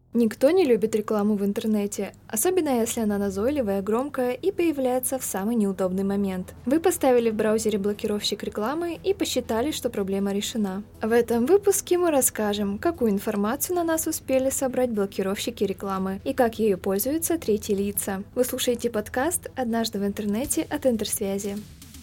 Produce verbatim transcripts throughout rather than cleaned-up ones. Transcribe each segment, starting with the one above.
Никто не любит рекламу в интернете, особенно если она назойливая, громкая и появляется в самый неудобный момент. Вы поставили в браузере блокировщик рекламы и посчитали, что проблема решена. В этом выпуске мы расскажем, какую информацию на нас успели собрать блокировщики рекламы и как ею пользуются третьи лица. Вы слушаете подкаст «Однажды в интернете» от Интерсвязи.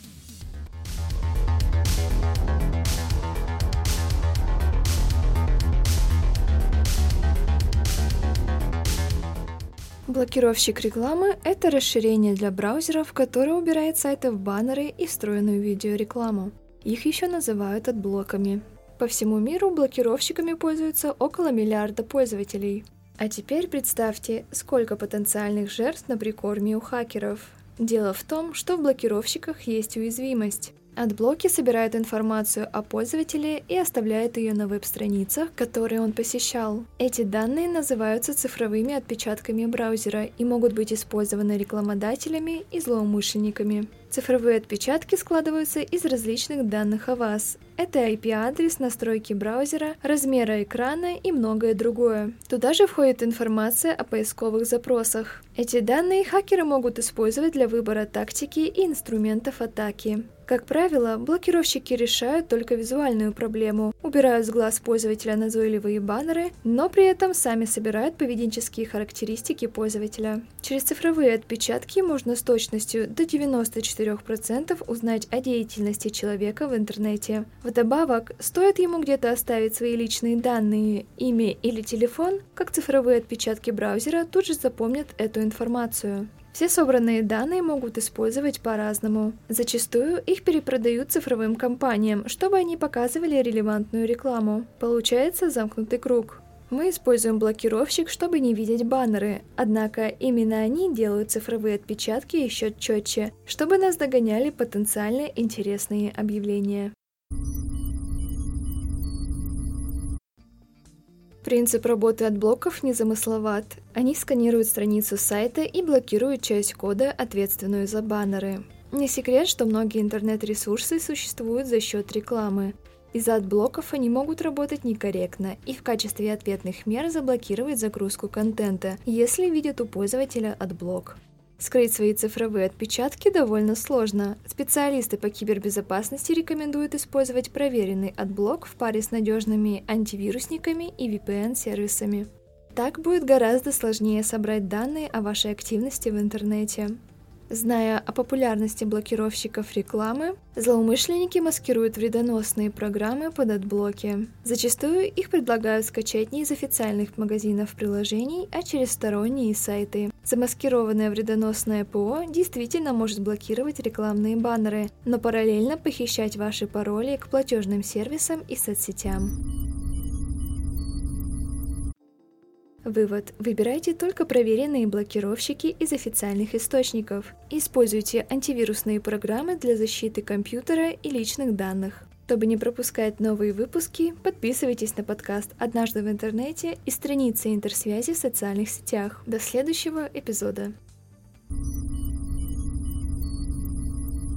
Блокировщик рекламы — это расширение для браузеров, которое убирает с сайтов баннеры и встроенную видеорекламу. Их еще называют адблоками. По всему миру блокировщиками пользуются около миллиарда пользователей. А теперь представьте, сколько потенциальных жертв на прикорме у хакеров. Дело в том, что в блокировщиках есть уязвимость. Адблоки собирают информацию о пользователе и оставляют ее на веб-страницах, которые он посещал. Эти данные называются цифровыми отпечатками браузера и могут быть использованы рекламодателями и злоумышленниками. Цифровые отпечатки складываются из различных данных о вас. Это ай пи-адрес, настройки браузера, размера экрана и многое другое. Туда же входит информация о поисковых запросах. Эти данные хакеры могут использовать для выбора тактики и инструментов атаки. Как правило, блокировщики решают только визуальную проблему, убирают с глаз пользователя назойливые баннеры, но при этом сами собирают поведенческие характеристики пользователя. Через цифровые отпечатки можно с точностью до девяноста четырёх процентов узнать о деятельности человека в интернете. Вдобавок, стоит ему где-то оставить свои личные данные, имя или телефон, как цифровые отпечатки браузера тут же запомнят эту информацию. Все собранные данные могут использовать по-разному. Зачастую их перепродают цифровым компаниям, чтобы они показывали релевантную рекламу. Получается замкнутый круг. Мы используем блокировщик, чтобы не видеть баннеры, однако именно они делают цифровые отпечатки еще четче, чтобы нас догоняли потенциально интересные объявления. Принцип работы адблоков незамысловат. Они сканируют страницу сайта и блокируют часть кода, ответственную за баннеры. Не секрет, что многие интернет-ресурсы существуют за счет рекламы. Из-за адблоков они могут работать некорректно и в качестве ответных мер заблокировать загрузку контента, если видят у пользователя адблок. Скрыть свои цифровые отпечатки довольно сложно. Специалисты по кибербезопасности рекомендуют использовать проверенный адблок в паре с надежными антивирусниками и ви пи эн-сервисами. Так будет гораздо сложнее собрать данные о вашей активности в интернете. Зная о популярности блокировщиков рекламы, злоумышленники маскируют вредоносные программы под адблоки. Зачастую их предлагают скачать не из официальных магазинов приложений, а через сторонние сайты. Замаскированное вредоносное ПО действительно может блокировать рекламные баннеры, но параллельно похищать ваши пароли к платежным сервисам и соцсетям. Вывод. Выбирайте только проверенные блокировщики из официальных источников. Используйте антивирусные программы для защиты компьютера и личных данных. Чтобы не пропускать новые выпуски, подписывайтесь на подкаст «Однажды в интернете» и страницы Интерсвязи в социальных сетях. До следующего эпизода.